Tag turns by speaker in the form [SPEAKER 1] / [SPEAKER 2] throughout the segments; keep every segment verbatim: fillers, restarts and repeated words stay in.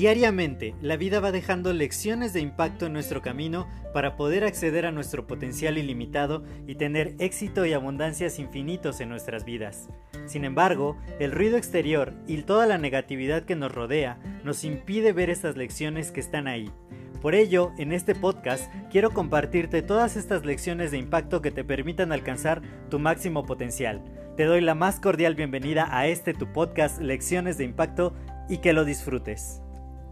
[SPEAKER 1] Diariamente, la vida va dejando lecciones de impacto en nuestro camino para poder acceder a nuestro potencial ilimitado y tener éxito y abundancias infinitos en nuestras vidas. Sin embargo, el ruido exterior y toda la negatividad que nos rodea nos impide ver estas lecciones que están ahí. Por ello, en este podcast quiero compartirte todas estas lecciones de impacto que te permitan alcanzar tu máximo potencial. Te doy la más cordial bienvenida a este tu podcast Lecciones de Impacto y que lo disfrutes.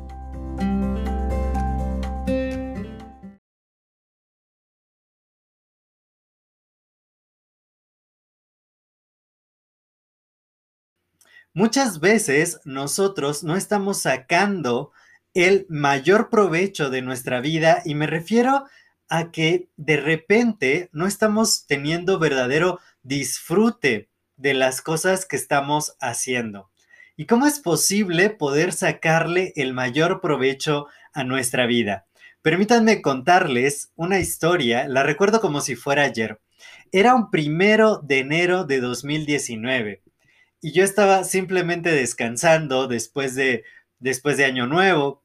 [SPEAKER 1] Muchas veces nosotros no estamos sacando el mayor provecho de nuestra vida y me refiero a que de repente no estamos teniendo verdadero disfrute de las cosas que estamos haciendo. ¿Y cómo es posible poder sacarle el mayor provecho a nuestra vida? Permítanme contarles una historia, la recuerdo como si fuera ayer. Era un primero de enero de dos mil diecinueve. Y yo estaba simplemente descansando después de, después de Año Nuevo.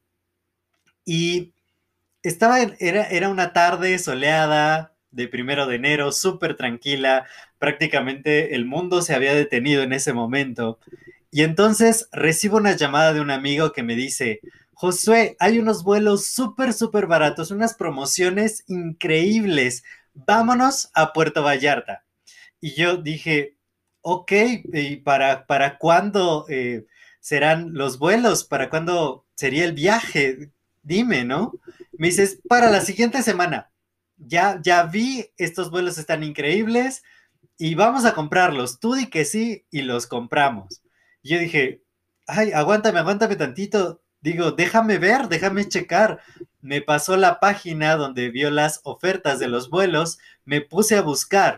[SPEAKER 1] Y estaba en- era, era una tarde soleada de primero de enero, súper tranquila. Prácticamente el mundo se había detenido en ese momento. Y entonces recibo una llamada de un amigo que me dice: Josué, hay unos vuelos súper, súper baratos, unas promociones increíbles. Vámonos a Puerto Vallarta. Y yo dije, ok, ¿y para, para cuándo eh, serán los vuelos? ¿Para cuándo sería el viaje? Dime, ¿no? Me dices, para la siguiente semana. Ya, ya vi, estos vuelos están increíbles y vamos a comprarlos. Tú di que sí y los compramos. Y yo dije, ay, aguántame, aguántame tantito. Digo, déjame ver, déjame checar. Me pasó la página donde vio las ofertas de los vuelos, me puse a buscar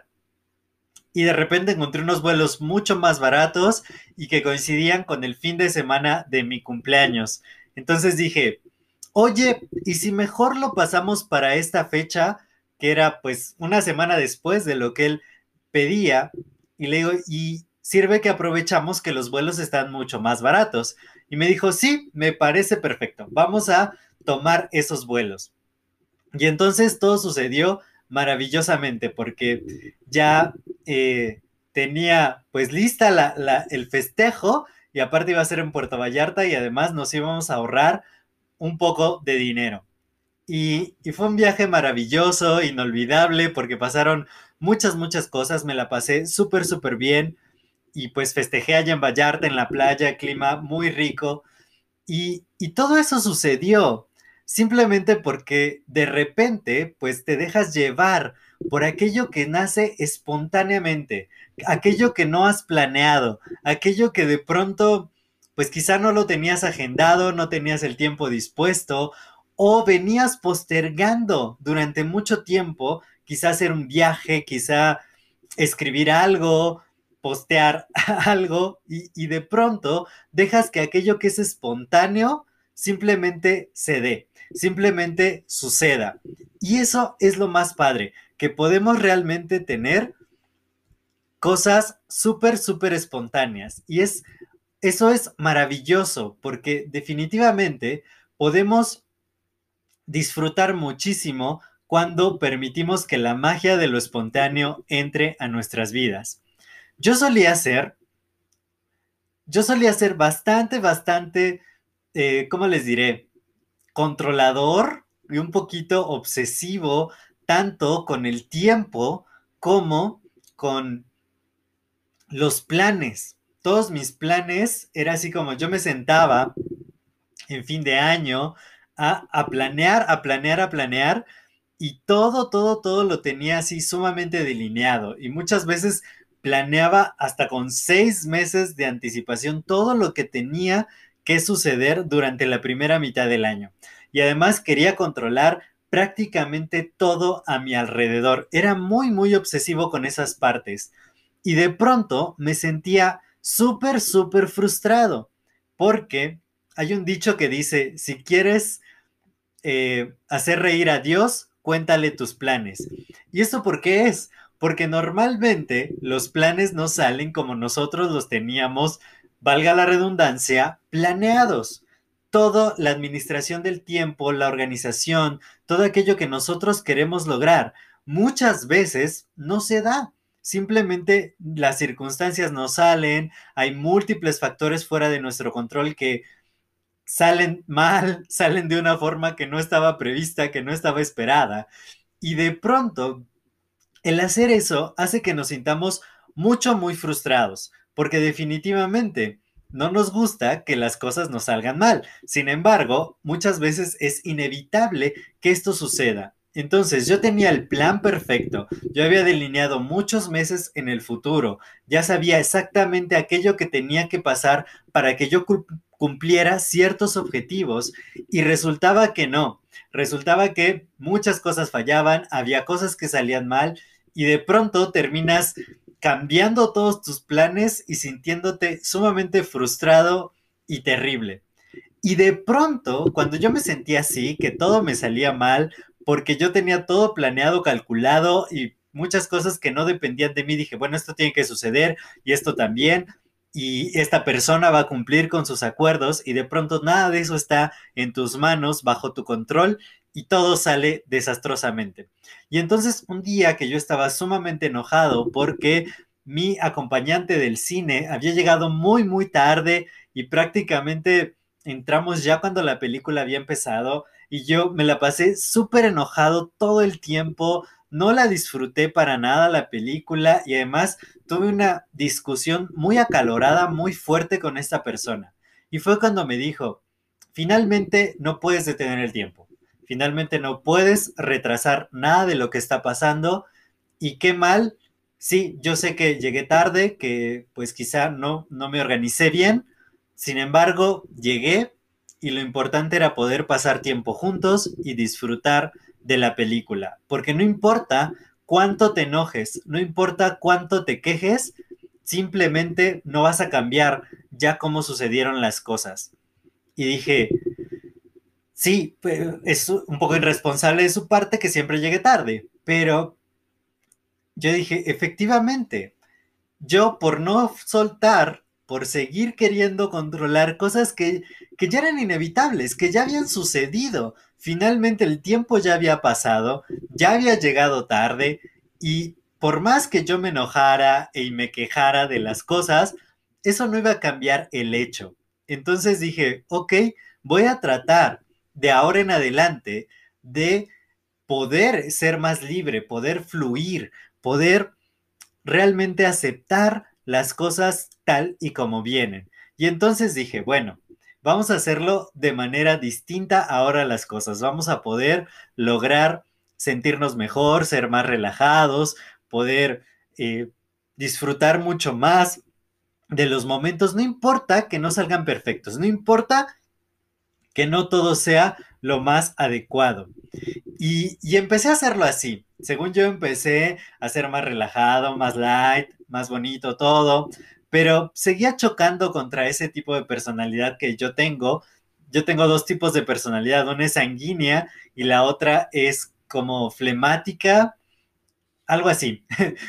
[SPEAKER 1] y de repente encontré unos vuelos mucho más baratos y que coincidían con el fin de semana de mi cumpleaños. Entonces dije, oye, ¿y si mejor lo pasamos para esta fecha, que era pues una semana después de lo que él pedía? Y le digo, y sirve que aprovechamos que los vuelos están mucho más baratos. Y me dijo, sí, me parece perfecto, vamos a tomar esos vuelos. Y entonces todo sucedió maravillosamente porque ya eh, tenía pues lista la, la, el festejo y aparte iba a ser en Puerto Vallarta y además nos íbamos a ahorrar un poco de dinero. Y, y fue un viaje maravilloso, inolvidable, porque pasaron muchas, muchas cosas, me la pasé súper, súper bien y pues festejé allá en Vallarta, en la playa, clima muy rico. Y, y todo eso sucedió simplemente porque de repente, pues te dejas llevar por aquello que nace espontáneamente, aquello que no has planeado, aquello que de pronto, pues quizá no lo tenías agendado, no tenías el tiempo dispuesto o venías postergando durante mucho tiempo, quizá hacer un viaje, quizá escribir algo, postear algo y, y de pronto dejas que aquello que es espontáneo simplemente se dé, simplemente suceda. Y eso es lo más padre, que podemos realmente tener cosas súper, súper espontáneas. Y es, eso es maravilloso porque definitivamente podemos disfrutar muchísimo cuando permitimos que la magia de lo espontáneo entre a nuestras vidas. Yo solía ser, yo solía ser bastante, bastante, eh, ¿cómo les diré? Controlador y un poquito obsesivo, tanto con el tiempo como con los planes. Todos mis planes era así como yo me sentaba en fin de año a, a planear, a planear, a planear y todo, todo, todo lo tenía así sumamente delineado y muchas veces planeaba hasta con seis meses de anticipación todo lo que tenía que suceder durante la primera mitad del año. Y además quería controlar prácticamente todo a mi alrededor. Era muy, muy obsesivo con esas partes. Y de pronto me sentía súper, súper frustrado porque hay un dicho que dice, si quieres eh, hacer reír a Dios, cuéntale tus planes. ¿Y esto por qué es? Porque normalmente los planes no salen como nosotros los teníamos, valga la redundancia, planeados. toda la administración del tiempo, la organización, todo aquello que nosotros queremos lograr, muchas veces no se da. Simplemente las circunstancias no salen, hay múltiples factores fuera de nuestro control que salen mal, salen de una forma que no estaba prevista, que no estaba esperada. Y de pronto, el hacer eso hace que nos sintamos mucho, muy frustrados, porque definitivamente no nos gusta que las cosas nos salgan mal. Sin embargo, muchas veces es inevitable que esto suceda. Entonces, yo tenía el plan perfecto, yo había delineado muchos meses en el futuro, ya sabía exactamente aquello que tenía que pasar para que yo cumpliera ciertos objetivos y resultaba que no, resultaba que muchas cosas fallaban, había cosas que salían mal y de pronto terminas cambiando todos tus planes y sintiéndote sumamente frustrado y terrible. Y de pronto, cuando yo me sentía así, que todo me salía mal, porque yo tenía todo planeado, calculado y muchas cosas que no dependían de mí, dije, bueno, esto tiene que suceder y esto también, y esta persona va a cumplir con sus acuerdos y de pronto nada de eso está en tus manos, bajo tu control y todo sale desastrosamente. Y entonces un día que yo estaba sumamente enojado porque mi acompañante del cine había llegado muy, muy tarde y prácticamente entramos ya cuando la película había empezado y yo me la pasé súper enojado todo el tiempo, no la disfruté para nada la película y además tuve una discusión muy acalorada, muy fuerte con esta persona. Y fue cuando me dijo, finalmente no puedes detener el tiempo, finalmente no puedes retrasar nada de lo que está pasando y qué mal, sí, yo sé que llegué tarde, que pues quizá no, no me organicé bien, sin embargo, llegué y lo importante era poder pasar tiempo juntos y disfrutar de la película, porque no importa cuánto te enojes, no importa cuánto te quejes, simplemente no vas a cambiar ya cómo sucedieron las cosas. Y dije, sí, es un poco irresponsable de su parte que siempre llegue tarde, pero yo dije, efectivamente, yo por no soltar, por seguir queriendo controlar cosas que, que ya eran inevitables, que ya habían sucedido, finalmente el tiempo ya había pasado, ya había llegado tarde y por más que yo me enojara y me quejara de las cosas, eso no iba a cambiar el hecho. Entonces dije, ok, voy a tratar de ahora en adelante de poder ser más libre, poder fluir, poder realmente aceptar las cosas tal y como vienen. Y entonces dije, bueno, vamos a hacerlo de manera distinta ahora las cosas. Vamos a poder lograr sentirnos mejor, ser más relajados, poder eh, disfrutar mucho más de los momentos. No importa que no salgan perfectos, no importa que no todo sea lo más adecuado. Y, y empecé a hacerlo así. Según yo empecé a ser más relajado, más light, más bonito todo, pero seguía chocando contra ese tipo de personalidad que yo tengo. Yo tengo dos tipos de personalidad, una es sanguínea y la otra es como flemática, algo así,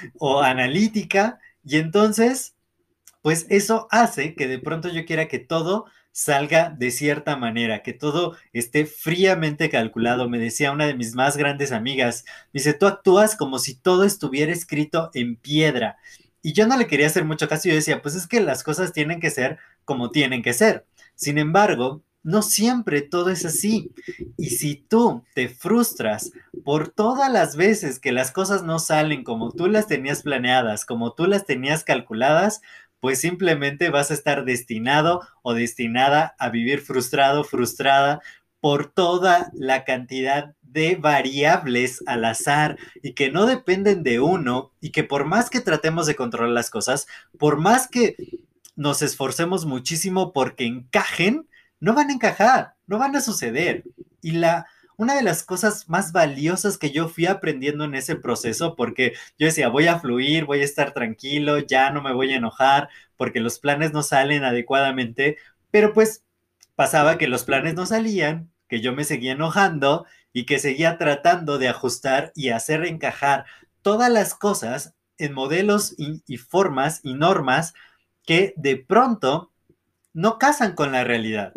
[SPEAKER 1] o analítica. Y entonces pues eso hace que de pronto yo quiera que todo salga de cierta manera, que todo esté fríamente calculado. Me decía una de mis más grandes amigas, dice, tú actúas como si todo estuviera escrito en piedra. Y yo no le quería hacer mucho caso y yo decía, pues es que las cosas tienen que ser como tienen que ser. Sin embargo, no siempre todo es así. Y si tú te frustras por todas las veces que las cosas no salen como tú las tenías planeadas, como tú las tenías calculadas, pues simplemente vas a estar destinado o destinada a vivir frustrado, frustrada por toda la cantidad de variables al azar y que no dependen de uno y que por más que tratemos de controlar las cosas, por más que nos esforcemos muchísimo porque encajen, no van a encajar, no van a suceder. Y la, una de las cosas más valiosas que yo fui aprendiendo en ese proceso, porque yo decía, voy a fluir, voy a estar tranquilo, ya no me voy a enojar, porque los planes no salen adecuadamente, pero pues pasaba que los planes no salían, que yo me seguía enojando y que seguía tratando de ajustar y hacer encajar todas las cosas en modelos y, y formas y normas que de pronto no casan con la realidad,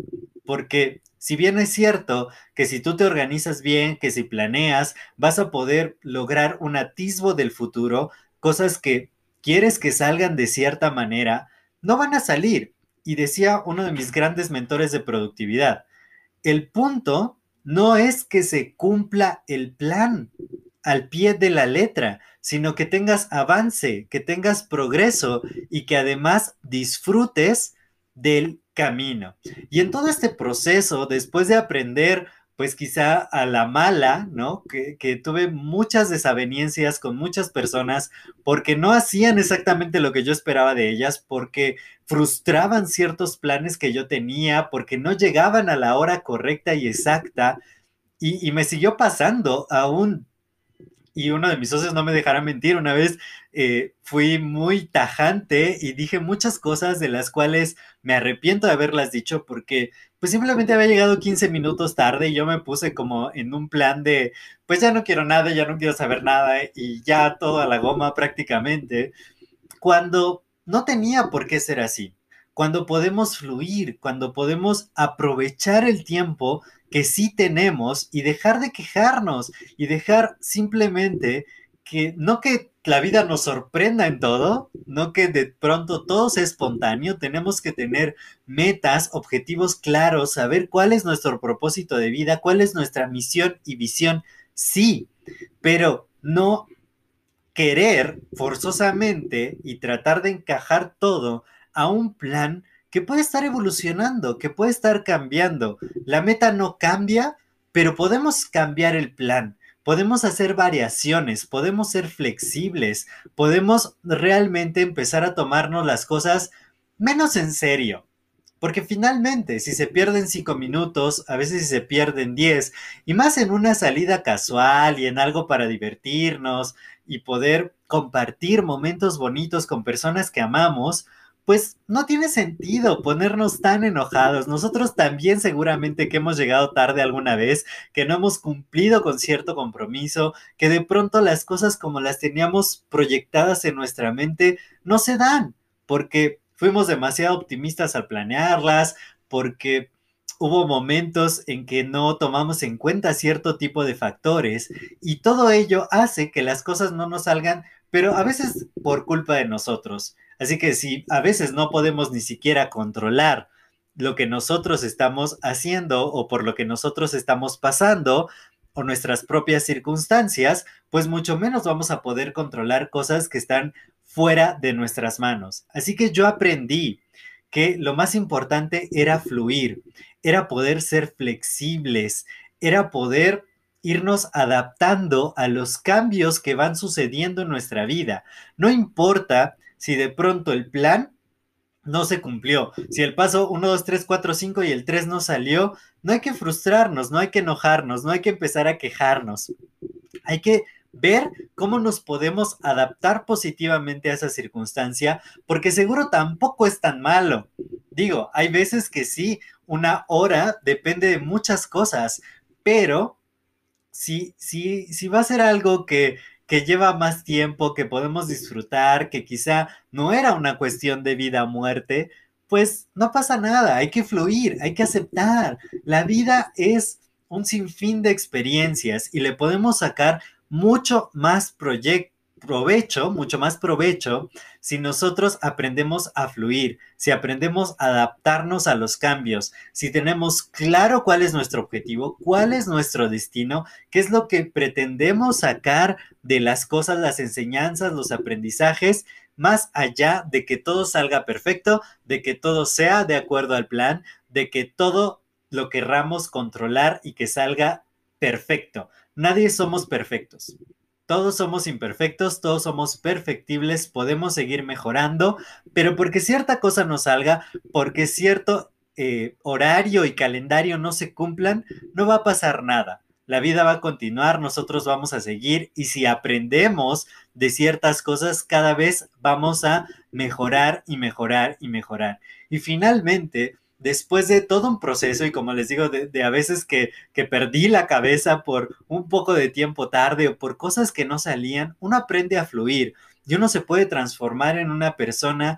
[SPEAKER 1] porque si bien es cierto que si tú te organizas bien, que si planeas, vas a poder lograr un atisbo del futuro, cosas que quieres que salgan de cierta manera, no van a salir. Y decía uno de mis grandes mentores de productividad, el punto no es que se cumpla el plan al pie de la letra, sino que tengas avance, que tengas progreso y que además disfrutes del camino. Y en todo este proceso, después de aprender, pues quizá a la mala, ¿no? Que, que tuve muchas desavenencias con muchas personas porque no hacían exactamente lo que yo esperaba de ellas, porque frustraban ciertos planes que yo tenía, porque no llegaban a la hora correcta y exacta. Y, y me siguió pasando aún, y uno de mis socios no me dejará mentir, una vez eh, fui muy tajante y dije muchas cosas de las cuales me arrepiento de haberlas dicho porque pues simplemente había llegado quince minutos tarde y yo me puse como en un plan de pues ya no quiero nada, ya no quiero saber nada y ya todo a la goma prácticamente, cuando no tenía por qué ser así, cuando podemos fluir, cuando podemos aprovechar el tiempo que sí tenemos y dejar de quejarnos y dejar simplemente que no que la vida nos sorprenda en todo, no que de pronto todo sea espontáneo, tenemos que tener metas, objetivos claros, saber cuál es nuestro propósito de vida, cuál es nuestra misión y visión, sí, pero no querer forzosamente y tratar de encajar todo a un plan que puede estar evolucionando, que puede estar cambiando. La meta no cambia, pero podemos cambiar el plan. Podemos hacer variaciones, podemos ser flexibles, podemos realmente empezar a tomarnos las cosas menos en serio. Porque finalmente, si se pierden cinco minutos, a veces si se pierden diez, y más en una salida casual y en algo para divertirnos y poder compartir momentos bonitos con personas que amamos, pues no tiene sentido ponernos tan enojados. Nosotros también seguramente que hemos llegado tarde alguna vez, que no hemos cumplido con cierto compromiso, que de pronto las cosas como las teníamos proyectadas en nuestra mente no se dan, porque fuimos demasiado optimistas al planearlas, porque hubo momentos en que no tomamos en cuenta cierto tipo de factores y todo ello hace que las cosas no nos salgan, pero a veces por culpa de nosotros. Así que si a veces no podemos ni siquiera controlar lo que nosotros estamos haciendo o por lo que nosotros estamos pasando o nuestras propias circunstancias, pues mucho menos vamos a poder controlar cosas que están fuera de nuestras manos. Así que yo aprendí que lo más importante era fluir, era poder ser flexibles, era poder irnos adaptando a los cambios que van sucediendo en nuestra vida. No importa si de pronto el plan no se cumplió. Si el paso uno, dos, tres, cuatro, cinco y el tres no salió, no hay que frustrarnos, no hay que enojarnos, no hay que empezar a quejarnos. Hay que ver cómo nos podemos adaptar positivamente a esa circunstancia, porque seguro tampoco es tan malo. Digo, hay veces que sí, una hora depende de muchas cosas, pero si, si, si va a ser algo que, que lleva más tiempo, que podemos disfrutar, que quizá no era una cuestión de vida o muerte, pues no pasa nada, hay que fluir, hay que aceptar. La vida es un sinfín de experiencias y le podemos sacar mucho más proyecto provecho, mucho más provecho, si nosotros aprendemos a fluir, si aprendemos a adaptarnos a los cambios, si tenemos claro cuál es nuestro objetivo, cuál es nuestro destino, qué es lo que pretendemos sacar de las cosas, las enseñanzas, los aprendizajes, más allá de que todo salga perfecto, de que todo sea de acuerdo al plan, de que todo lo querramos controlar y que salga perfecto. Nadie somos perfectos. Todos somos imperfectos, todos somos perfectibles, podemos seguir mejorando, pero porque cierta cosa no salga, porque cierto eh, horario y calendario no se cumplan, no va a pasar nada. La vida va a continuar, nosotros vamos a seguir y si aprendemos de ciertas cosas, cada vez vamos a mejorar y mejorar y mejorar. Y finalmente, después de todo un proceso y como les digo, de, de a veces que, que perdí la cabeza por un poco de tiempo tarde o por cosas que no salían, uno aprende a fluir y uno se puede transformar en una persona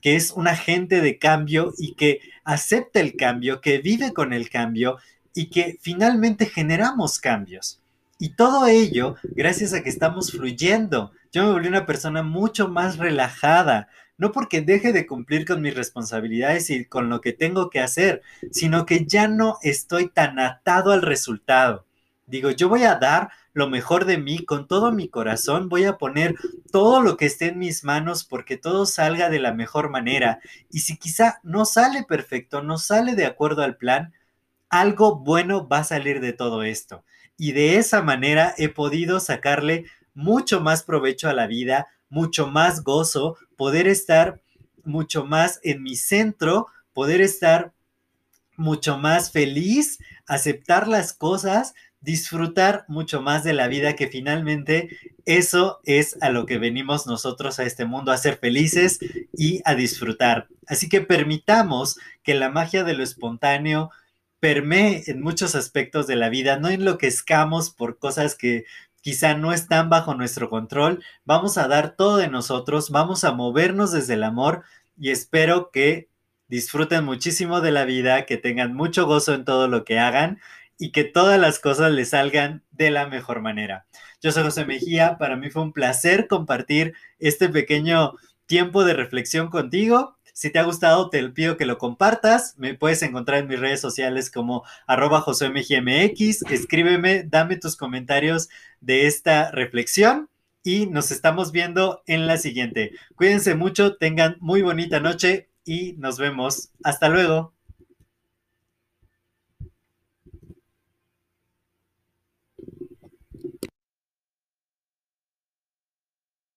[SPEAKER 1] que es un agente de cambio y que acepta el cambio, que vive con el cambio y que finalmente generamos cambios. Y todo ello gracias a que estamos fluyendo. Yo me volví una persona mucho más relajada, no porque deje de cumplir con mis responsabilidades y con lo que tengo que hacer, sino que ya no estoy tan atado al resultado. Digo, yo voy a dar lo mejor de mí con todo mi corazón, voy a poner todo lo que esté en mis manos porque todo salga de la mejor manera. Y si quizá no sale perfecto, no sale de acuerdo al plan, algo bueno va a salir de todo esto. Y de esa manera he podido sacarle mucho más provecho a la vida, mucho más gozo, poder estar mucho más en mi centro, poder estar mucho más feliz, aceptar las cosas, disfrutar mucho más de la vida, que finalmente eso es a lo que venimos nosotros a este mundo, a ser felices y a disfrutar. Así que permitamos que la magia de lo espontáneo permee en muchos aspectos de la vida, no enloquezcamos por cosas que quizá no están bajo nuestro control, vamos a dar todo de nosotros, vamos a movernos desde el amor y espero que disfruten muchísimo de la vida, que tengan mucho gozo en todo lo que hagan y que todas las cosas les salgan de la mejor manera. Yo soy José Mejía, para mí fue un placer compartir este pequeño tiempo de reflexión contigo. Si te ha gustado, te pido que lo compartas. Me puedes encontrar en mis redes sociales como arroba José Mejía M X. Escríbeme, dame tus comentarios de esta reflexión y nos estamos viendo en la siguiente. Cuídense mucho, tengan muy bonita noche y nos vemos. Hasta luego.